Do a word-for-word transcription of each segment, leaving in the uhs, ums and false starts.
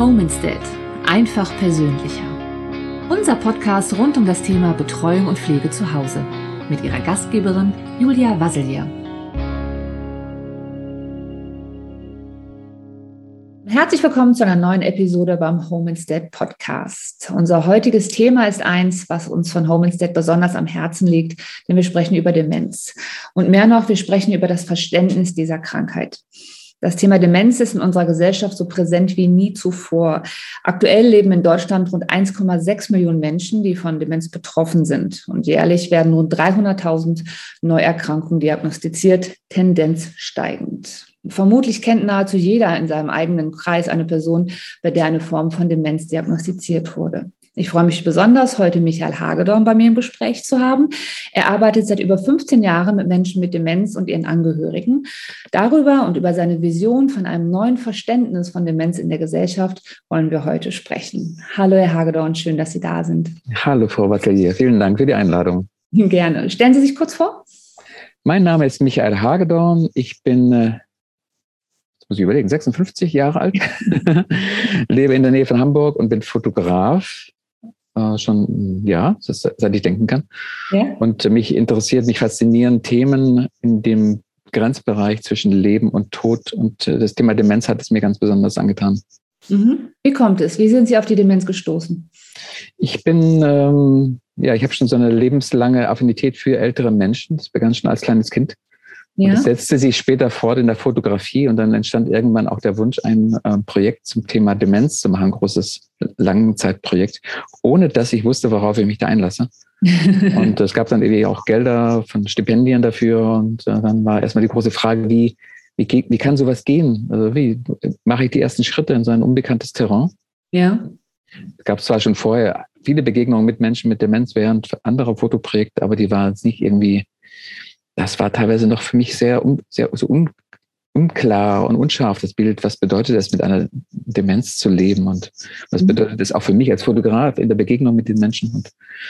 Home Instead. Einfach persönlicher. Unser Podcast rund um das Thema Betreuung und Pflege zu Hause mit ihrer Gastgeberin Julia Wasselier. Herzlich willkommen zu einer neuen Episode beim Home Instead Podcast. Unser heutiges Thema ist eins, was uns von Home Instead besonders am Herzen liegt, denn wir sprechen über Demenz. Und mehr noch, wir sprechen über das Verständnis dieser Krankheit. Das Thema Demenz ist in unserer Gesellschaft so präsent wie nie zuvor. Aktuell leben in Deutschland rund eins Komma sechs Millionen Menschen, die von Demenz betroffen sind. Und jährlich werden rund dreihunderttausend Neuerkrankungen diagnostiziert, Tendenz steigend. Vermutlich kennt nahezu jeder in seinem eigenen Kreis eine Person, bei der eine Form von Demenz diagnostiziert wurde. Ich freue mich besonders, heute Michael Hagedorn bei mir im Gespräch zu haben. Er arbeitet seit über fünfzehn Jahren mit Menschen mit Demenz und ihren Angehörigen. Darüber und über seine Vision von einem neuen Verständnis von Demenz in der Gesellschaft wollen wir heute sprechen. Hallo, Herr Hagedorn, schön, dass Sie da sind. Hallo, Frau Wasselier, vielen Dank für die Einladung. Gerne. Stellen Sie sich kurz vor. Mein Name ist Michael Hagedorn. Ich bin, äh, jetzt muss ich überlegen, sechsundfünfzig Jahre alt, lebe in der Nähe von Hamburg und bin Fotograf. Äh, schon, ja, seit ich denken kann. Ja. Und mich interessiert, mich faszinieren Themen in dem Grenzbereich zwischen Leben und Tod. Und äh, das Thema Demenz hat es mir ganz besonders angetan. Mhm. Wie kommt es? Wie sind Sie auf die Demenz gestoßen? Ich bin, ähm, ja, ich habe schon so eine lebenslange Affinität für ältere Menschen. Das begann schon als kleines Kind. Ja. Und das setzte sich später fort in der Fotografie und dann entstand irgendwann auch der Wunsch, ein äh, Projekt zum Thema Demenz zu machen, ein großes Langzeitprojekt, ohne dass ich wusste, worauf ich mich da einlasse. Und es gab dann irgendwie auch Gelder von Stipendien dafür und äh, dann war erstmal die große Frage, wie, wie, geht, wie kann sowas gehen? Also wie mache ich die ersten Schritte in so ein unbekanntes Terrain? Ja. Es gab zwar schon vorher viele Begegnungen mit Menschen mit Demenz während anderer Fotoprojekte, aber die waren jetzt nicht irgendwie, das war teilweise noch für mich sehr, sehr so un, unklar und unscharf, das Bild. Was bedeutet es, mit einer Demenz zu leben? Und was bedeutet es auch für mich als Fotograf in der Begegnung mit den Menschen? Und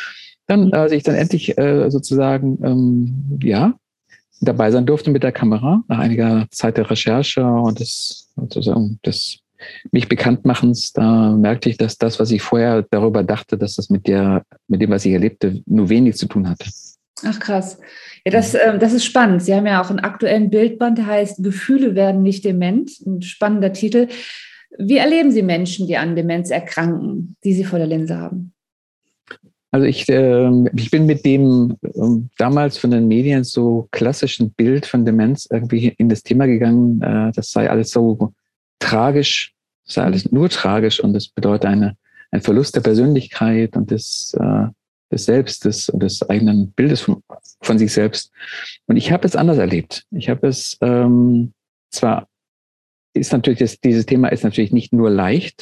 dann, als ich dann endlich äh, sozusagen, ähm, ja, dabei sein durfte mit der Kamera, nach einiger Zeit der Recherche und des, sozusagen des mich Bekanntmachens, da merkte ich, dass das, was ich vorher darüber dachte, dass das mit der, mit dem, was ich erlebte, nur wenig zu tun hatte. Ach krass. Ja, das, äh, das ist spannend. Sie haben ja auch einen aktuellen Bildband, der heißt Gefühle werden nicht dement. Ein spannender Titel. Wie erleben Sie Menschen, die an Demenz erkranken, die Sie vor der Linse haben? Also ich, äh, ich bin mit dem äh, damals von den Medien so klassischen Bild von Demenz irgendwie in das Thema gegangen. Äh, das sei alles so tragisch, das sei alles nur tragisch und das bedeutet eine, ein Verlust der Persönlichkeit und des äh, des Selbstes und des eigenen Bildes von, von sich selbst. Und ich habe es anders erlebt. Ich habe es ähm, zwar ist natürlich das, dieses Thema ist natürlich nicht nur leicht.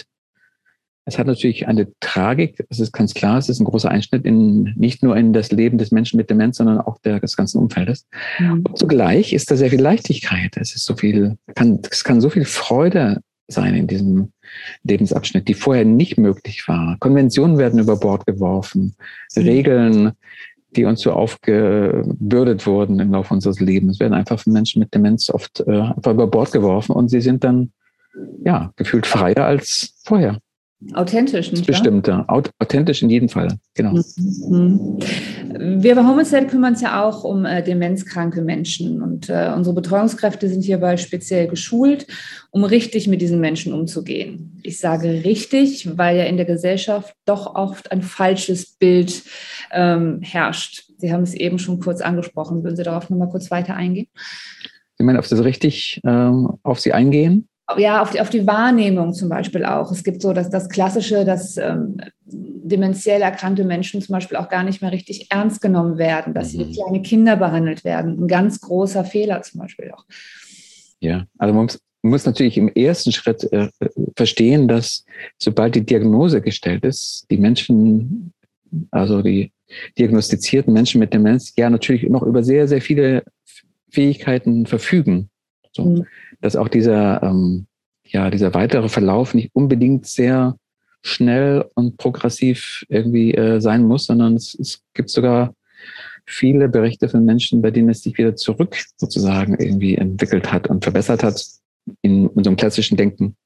Es hat natürlich eine Tragik. Es ist ganz klar. Es ist ein großer Einschnitt in nicht nur in das Leben des Menschen mit Demenz, sondern auch der, des ganzen Umfeldes. Mhm. Und zugleich ist da sehr viel Leichtigkeit. Es ist so viel, kann, es kann so viel Freude sein in diesem Lebensabschnitt, die vorher nicht möglich war. Konventionen werden über Bord geworfen, mhm. Regeln, die uns so aufgebürdet wurden im Laufe unseres Lebens, werden einfach von Menschen mit Demenz oft äh, einfach über Bord geworfen und sie sind dann ja gefühlt freier als vorher. Authentisch, nicht wahr? Bestimmter, authentisch in jedem Fall, genau. Mhm. Wir bei Home Instead kümmern uns ja auch um äh, demenzkranke Menschen und äh, unsere Betreuungskräfte sind hierbei speziell geschult, um richtig mit diesen Menschen umzugehen. Ich sage richtig, weil ja in der Gesellschaft doch oft ein falsches Bild ähm, herrscht. Sie haben es eben schon kurz angesprochen. Würden Sie darauf noch mal kurz weiter eingehen? Sie meinen, auf das richtig ähm, auf Sie eingehen? Ja, auf die, auf die Wahrnehmung zum Beispiel auch. Es gibt so das, das Klassische, dass ähm, dementiell erkrankte Menschen zum Beispiel auch gar nicht mehr richtig ernst genommen werden, dass sie wie kleine Kinder behandelt werden. Ein ganz großer Fehler zum Beispiel auch. Ja, also man muss, man muss natürlich im ersten Schritt äh, verstehen, dass sobald die Diagnose gestellt ist, die Menschen, also die diagnostizierten Menschen mit Demenz, ja natürlich noch über sehr, sehr viele Fähigkeiten verfügen. So. Mhm. Dass auch dieser, ähm, ja, dieser weitere Verlauf nicht unbedingt sehr schnell und progressiv irgendwie äh, sein muss, sondern es, es gibt sogar viele Berichte von Menschen, bei denen es sich wieder zurück sozusagen irgendwie entwickelt hat und verbessert hat in unserem klassischen Denken.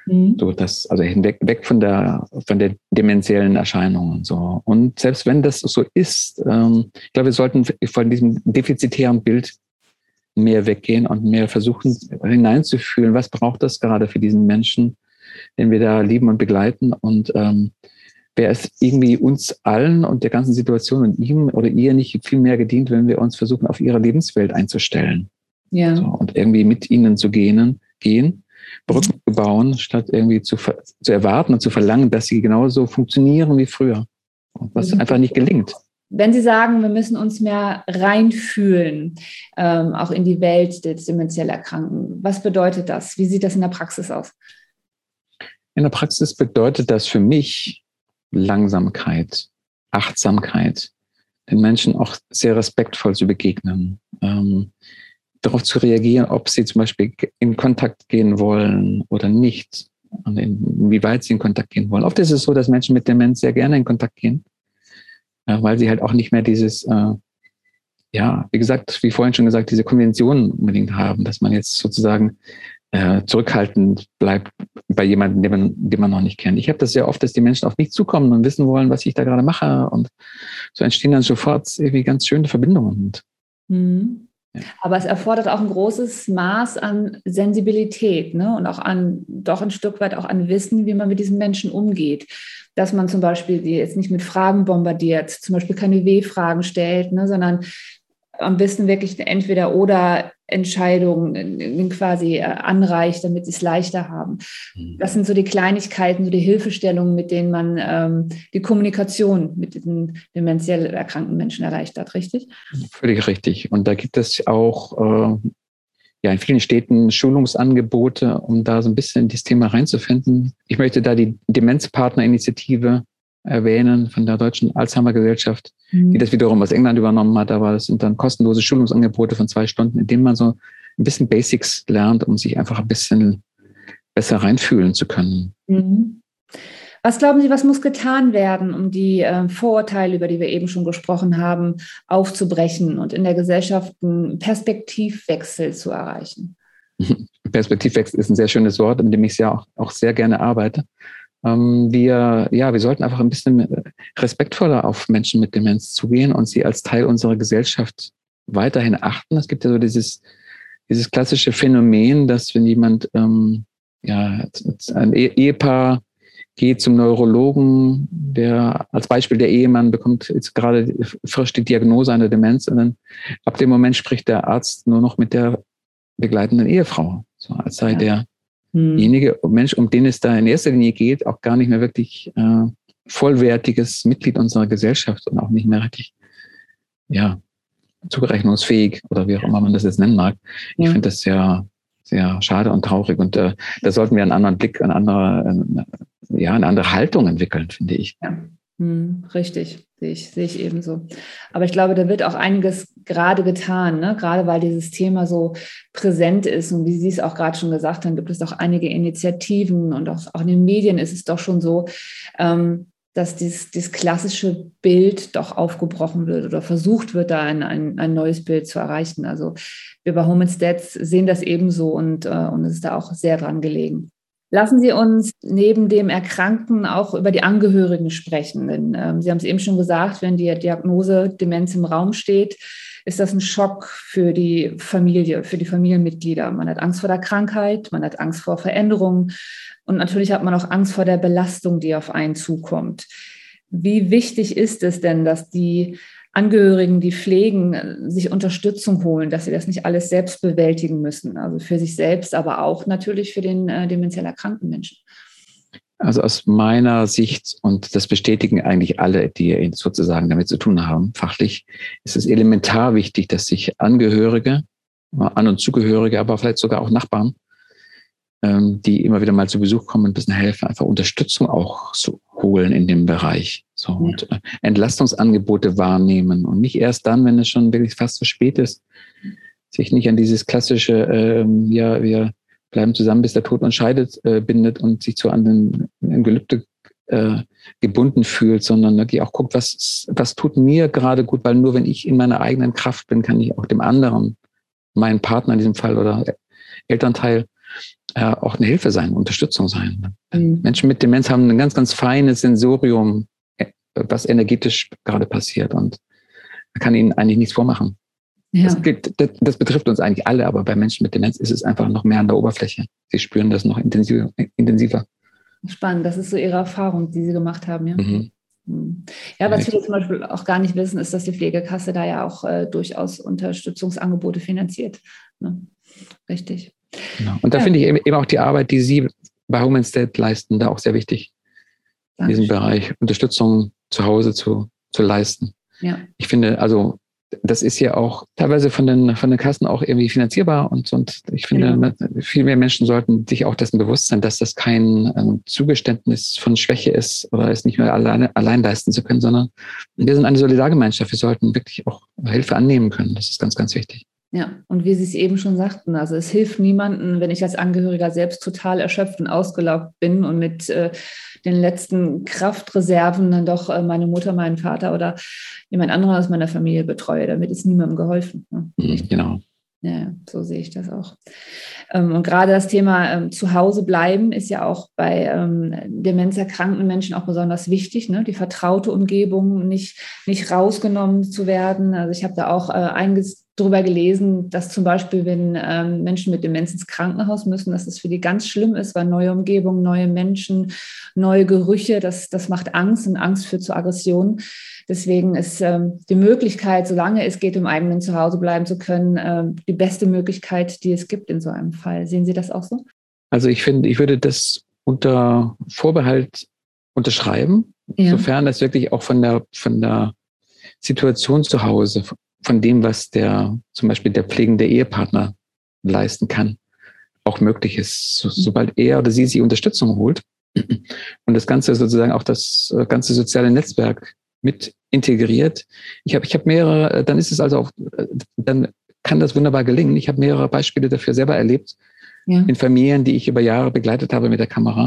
Mhm. So, das, also hinweg, weg von der, von der dementiellen Erscheinung und so. Und selbst wenn das so ist, ähm, ich glaube, wir sollten von diesem defizitären Bild mehr weggehen und mehr versuchen hineinzufühlen, was braucht das gerade für diesen Menschen, den wir da lieben und begleiten, und ähm, wäre es irgendwie uns allen und der ganzen Situation und ihm oder ihr nicht viel mehr gedient, wenn wir uns versuchen, auf ihre Lebenswelt einzustellen. Ja. So, und irgendwie mit ihnen zu gehen, gehen, Brücken zu bauen, statt irgendwie zu, zu erwarten und zu verlangen, dass sie genauso funktionieren wie früher. Was Mhm. einfach nicht gelingt. Wenn Sie sagen, wir müssen uns mehr reinfühlen, ähm, auch in die Welt des dementiell Erkrankten, was bedeutet das? Wie sieht das in der Praxis aus? In der Praxis bedeutet das für mich Langsamkeit, Achtsamkeit, den Menschen auch sehr respektvoll zu begegnen, ähm, darauf zu reagieren, ob sie zum Beispiel in Kontakt gehen wollen oder nicht und inwieweit sie in Kontakt gehen wollen. Oft ist es so, dass Menschen mit Demenz sehr gerne in Kontakt gehen, äh, weil sie halt auch nicht mehr dieses, äh, ja, wie gesagt, wie vorhin schon gesagt, diese Konventionen unbedingt haben, dass man jetzt sozusagen äh, zurückhaltend bleibt bei jemandem, den man, den man noch nicht kennt. Ich habe das sehr oft, dass die Menschen auf mich zukommen und wissen wollen, was ich da gerade mache, und so entstehen dann sofort irgendwie ganz schöne Verbindungen. Mhm. Ja. Aber es erfordert auch ein großes Maß an Sensibilität, ne? Und auch an, doch ein Stück weit auch an Wissen, wie man mit diesen Menschen umgeht. Dass man zum Beispiel die jetzt nicht mit Fragen bombardiert, zum Beispiel keine W-Fragen stellt, ne? Sondern am besten wirklich eine Entweder-oder-Entscheidung quasi anreicht, damit sie es leichter haben. Das sind so die Kleinigkeiten, so die Hilfestellungen, mit denen man ähm, die Kommunikation mit diesen dementiell erkrankten Menschen erleichtert, richtig? Völlig richtig. Und da gibt es auch äh, ja, in vielen Städten Schulungsangebote, um da so ein bisschen in dieses Thema reinzufinden. Ich möchte da die Demenzpartnerinitiative erwähnen von der Deutschen Alzheimer-Gesellschaft, mhm. die das wiederum aus England übernommen hat. Aber das sind dann kostenlose Schulungsangebote von zwei Stunden, in denen man so ein bisschen Basics lernt, um sich einfach ein bisschen besser reinfühlen zu können. Mhm. Was glauben Sie, was muss getan werden, um die äh, Vorurteile, über die wir eben schon gesprochen haben, aufzubrechen und in der Gesellschaft einen Perspektivwechsel zu erreichen? Perspektivwechsel ist ein sehr schönes Wort, mit dem ich ja auch, auch sehr gerne arbeite. Ähm, wir, ja, wir sollten einfach ein bisschen respektvoller auf Menschen mit Demenz zugehen und sie als Teil unserer Gesellschaft weiterhin achten. Es gibt ja so dieses, dieses klassische Phänomen, dass wenn jemand, ähm, ja, ein Ehepaar geht zum Neurologen, der als Beispiel der Ehemann bekommt jetzt gerade frisch die Diagnose einer Demenz, und dann ab dem Moment spricht der Arzt nur noch mit der begleitenden Ehefrau, so als sei ja. derjenige hm. Mensch, um den es da in erster Linie geht, auch gar nicht mehr wirklich äh, vollwertiges Mitglied unserer Gesellschaft und auch nicht mehr richtig, ja, zurechnungsfähig oder wie auch immer man das jetzt nennen mag. Ich ja. finde das sehr, sehr schade und traurig, und äh, da sollten wir einen anderen Blick, eine andere, äh, ja, eine andere Haltung entwickeln, finde ich. Ja. Hm, richtig, sehe ich, sehe ich ebenso. Aber ich glaube, da wird auch einiges gerade getan, ne? Gerade weil dieses Thema so präsent ist, und wie Sie es auch gerade schon gesagt haben, gibt es auch einige Initiativen, und auch, auch in den Medien ist es doch schon so, ähm, dass dieses, dieses klassische Bild doch aufgebrochen wird oder versucht wird, da ein, ein, ein neues Bild zu erreichen. Also wir bei Home Instead sehen das ebenso, und, äh, und es ist da auch sehr dran gelegen. Lassen Sie uns neben dem Erkrankten auch über die Angehörigen sprechen. Denn ähm, Sie haben es eben schon gesagt, wenn die Diagnose Demenz im Raum steht, ist das ein Schock für die Familie, für die Familienmitglieder. Man hat Angst vor der Krankheit, man hat Angst vor Veränderungen, und natürlich hat man auch Angst vor der Belastung, die auf einen zukommt. Wie wichtig ist es denn, dass die Angehörigen, die pflegen, sich Unterstützung holen, dass sie das nicht alles selbst bewältigen müssen, also für sich selbst, aber auch natürlich für den äh, dementiell erkrankten Menschen? Also aus meiner Sicht, und das bestätigen eigentlich alle, die sozusagen damit zu tun haben, fachlich, ist es elementar wichtig, dass sich Angehörige, An- und Zugehörige, aber vielleicht sogar auch Nachbarn, ähm, die immer wieder mal zu Besuch kommen, ein bisschen helfen, einfach Unterstützung auch zu holen in dem Bereich. So, ja. Und äh, Entlastungsangebote wahrnehmen, und nicht erst dann, wenn es schon wirklich fast zu spät ist, sich nicht an dieses klassische, ähm, ja, wir bleiben zusammen, bis der Tod uns scheidet, äh, bindet und sich zu anderen Gelübde äh, gebunden fühlt, sondern ne, die auch guckt, was, was tut mir gerade gut, weil nur wenn ich in meiner eigenen Kraft bin, kann ich auch dem anderen, meinen Partner in diesem Fall oder Elternteil, äh, auch eine Hilfe sein, Unterstützung sein. Mhm. Menschen mit Demenz haben ein ganz, ganz feines Sensorium, was energetisch gerade passiert, und man kann ihnen eigentlich nichts vormachen. Ja. Das, gibt, das, das betrifft uns eigentlich alle, aber bei Menschen mit Demenz ist es einfach noch mehr an der Oberfläche. Sie spüren das noch intensiver. intensiver. Spannend, das ist so Ihre Erfahrung, die Sie gemacht haben, ja. Mhm. Ja, was viele zum Beispiel auch gar nicht wissen, ist, dass die Pflegekasse da ja auch äh, durchaus Unterstützungsangebote finanziert. Ne? Richtig. Genau. Und da ja. finde ich eben auch die Arbeit, die Sie bei Home Instead leisten, da auch sehr wichtig. In diesem Bereich Unterstützung zu Hause zu, zu leisten. Ja. Ich finde, also das ist ja auch teilweise von den, von den Kassen auch irgendwie finanzierbar, und, und ich finde, genau. viel mehr Menschen sollten sich auch dessen bewusst sein, dass das kein ähm, Zugeständnis von Schwäche ist oder es nicht mehr alleine, allein leisten zu können, sondern wir sind eine Solidargemeinschaft. Wir sollten wirklich auch Hilfe annehmen können. Das ist ganz, ganz wichtig. Ja, und wie Sie es eben schon sagten, also es hilft niemandem, wenn ich als Angehöriger selbst total erschöpft und ausgelaugt bin und mit äh, den letzten Kraftreserven dann doch äh, meine Mutter, meinen Vater oder jemand anderen aus meiner Familie betreue. Damit ist niemandem geholfen. Ne? Mhm, genau. Ja, so sehe ich das auch. Und gerade das Thema zu Hause bleiben ist ja auch bei demenzerkrankten Menschen auch besonders wichtig, ne? Die vertraute Umgebung, nicht, nicht rausgenommen zu werden. Also ich habe da auch einiges darüber gelesen, dass zum Beispiel, wenn Menschen mit Demenz ins Krankenhaus müssen, dass das für die ganz schlimm ist, weil neue Umgebung, neue Menschen, neue Gerüche, das, das macht Angst, und Angst führt zu Aggression. Deswegen ist ähm, die Möglichkeit, solange es geht, im eigenen Zuhause bleiben zu können, ähm, die beste Möglichkeit, die es gibt in so einem Fall. Sehen Sie das auch so? Also ich finde, ich würde das unter Vorbehalt unterschreiben, ja. Sofern das wirklich auch von der, von der Situation zu Hause, von dem, was der zum Beispiel der pflegende Ehepartner leisten kann, auch möglich ist. So, sobald er oder sie sich Unterstützung holt und das Ganze sozusagen auch das ganze soziale Netzwerk mit integriert. Ich habe ich habe mehrere, dann ist es also auch, dann kann das wunderbar gelingen. Ich habe mehrere Beispiele dafür selber erlebt, ja. In Familien, die ich über Jahre begleitet habe mit der Kamera,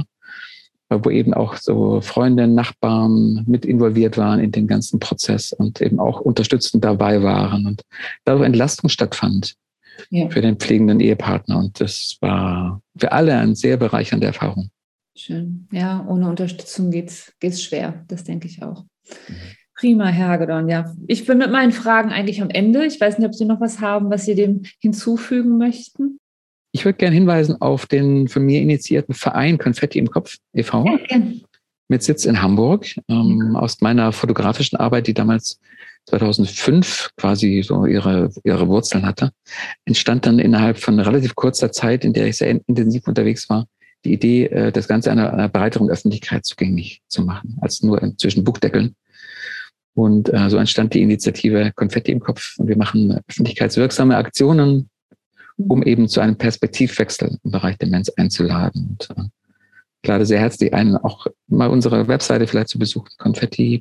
wo eben auch so Freunde, Nachbarn mit involviert waren in den ganzen Prozess und eben auch unterstützend dabei waren und dadurch Entlastung stattfand ja. Für den pflegenden Ehepartner. Und das war für alle eine sehr bereichernde Erfahrung. Schön. Ja, ohne Unterstützung geht's, geht's schwer. Das denke ich auch. Prima, Herr Hagedorn. Ja, ich bin mit meinen Fragen eigentlich am Ende. Ich weiß nicht, ob Sie noch was haben, was Sie dem hinzufügen möchten. Ich würde gerne hinweisen auf den von mir initiierten Verein Konfetti im Kopf e V Ja, gerne. Mit Sitz in Hamburg. Ähm, ja. Aus meiner fotografischen Arbeit, die damals zweitausendfünf quasi so ihre, ihre Wurzeln hatte, entstand dann innerhalb von relativ kurzer Zeit, in der ich sehr intensiv unterwegs war, die Idee, das Ganze einer, einer breiteren Öffentlichkeit zugänglich zu machen, als nur zwischen Buchdeckeln. Und äh, so entstand die Initiative Konfetti im Kopf. Und wir machen öffentlichkeitswirksame Aktionen, um eben zu einem Perspektivwechsel im Bereich Demenz einzuladen. Und äh, ich lade sehr herzlich ein, auch mal unsere Webseite vielleicht zu besuchen, konfetti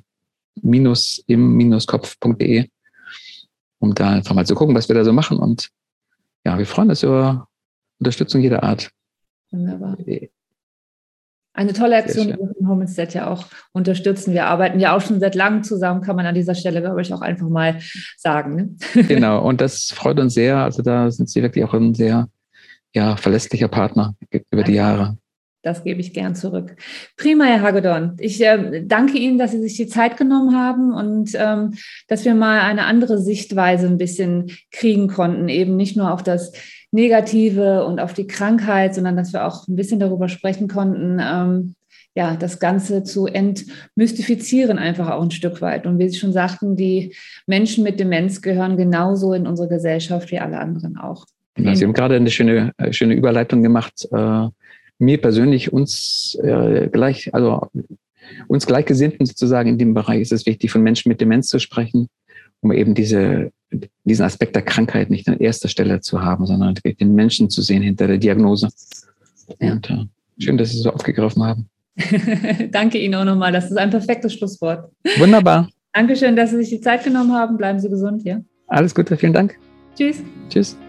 im Kopf punkt de, um da einfach mal zu gucken, was wir da so machen. Und ja, wir freuen uns über Unterstützung jeder Art. Wunderbar. Eine tolle Aktion, die wir von Home Instead ja auch unterstützen. Wir arbeiten ja auch schon seit langem zusammen, kann man an dieser Stelle, glaube ich, auch einfach mal sagen. Ne? Genau, und das freut uns sehr. Also da sind Sie wirklich auch ein sehr ja, verlässlicher Partner über die Jahre. Das gebe ich gern zurück. Prima, Herr Hagedorn. Ich äh, danke Ihnen, dass Sie sich die Zeit genommen haben und ähm, dass wir mal eine andere Sichtweise ein bisschen kriegen konnten, eben nicht nur auf das Negative und auf die Krankheit, sondern dass wir auch ein bisschen darüber sprechen konnten, ähm, ja, das Ganze zu entmystifizieren, einfach auch ein Stück weit. Und wie Sie schon sagten, die Menschen mit Demenz gehören genauso in unsere Gesellschaft wie alle anderen auch. Ja, Sie haben gerade eine schöne, schöne Überleitung gemacht. Äh, mir persönlich, uns äh, gleich, also uns Gleichgesinnten sozusagen in dem Bereich ist es wichtig, von Menschen mit Demenz zu sprechen, um eben diese, diesen Aspekt der Krankheit nicht an erster Stelle zu haben, sondern den Menschen zu sehen hinter der Diagnose. Ja. Und äh, schön, dass Sie so aufgegriffen haben. Danke Ihnen auch nochmal. Das ist ein perfektes Schlusswort. Wunderbar. Dankeschön, dass Sie sich die Zeit genommen haben. Bleiben Sie gesund, ja? Alles Gute, vielen Dank. Tschüss. Tschüss.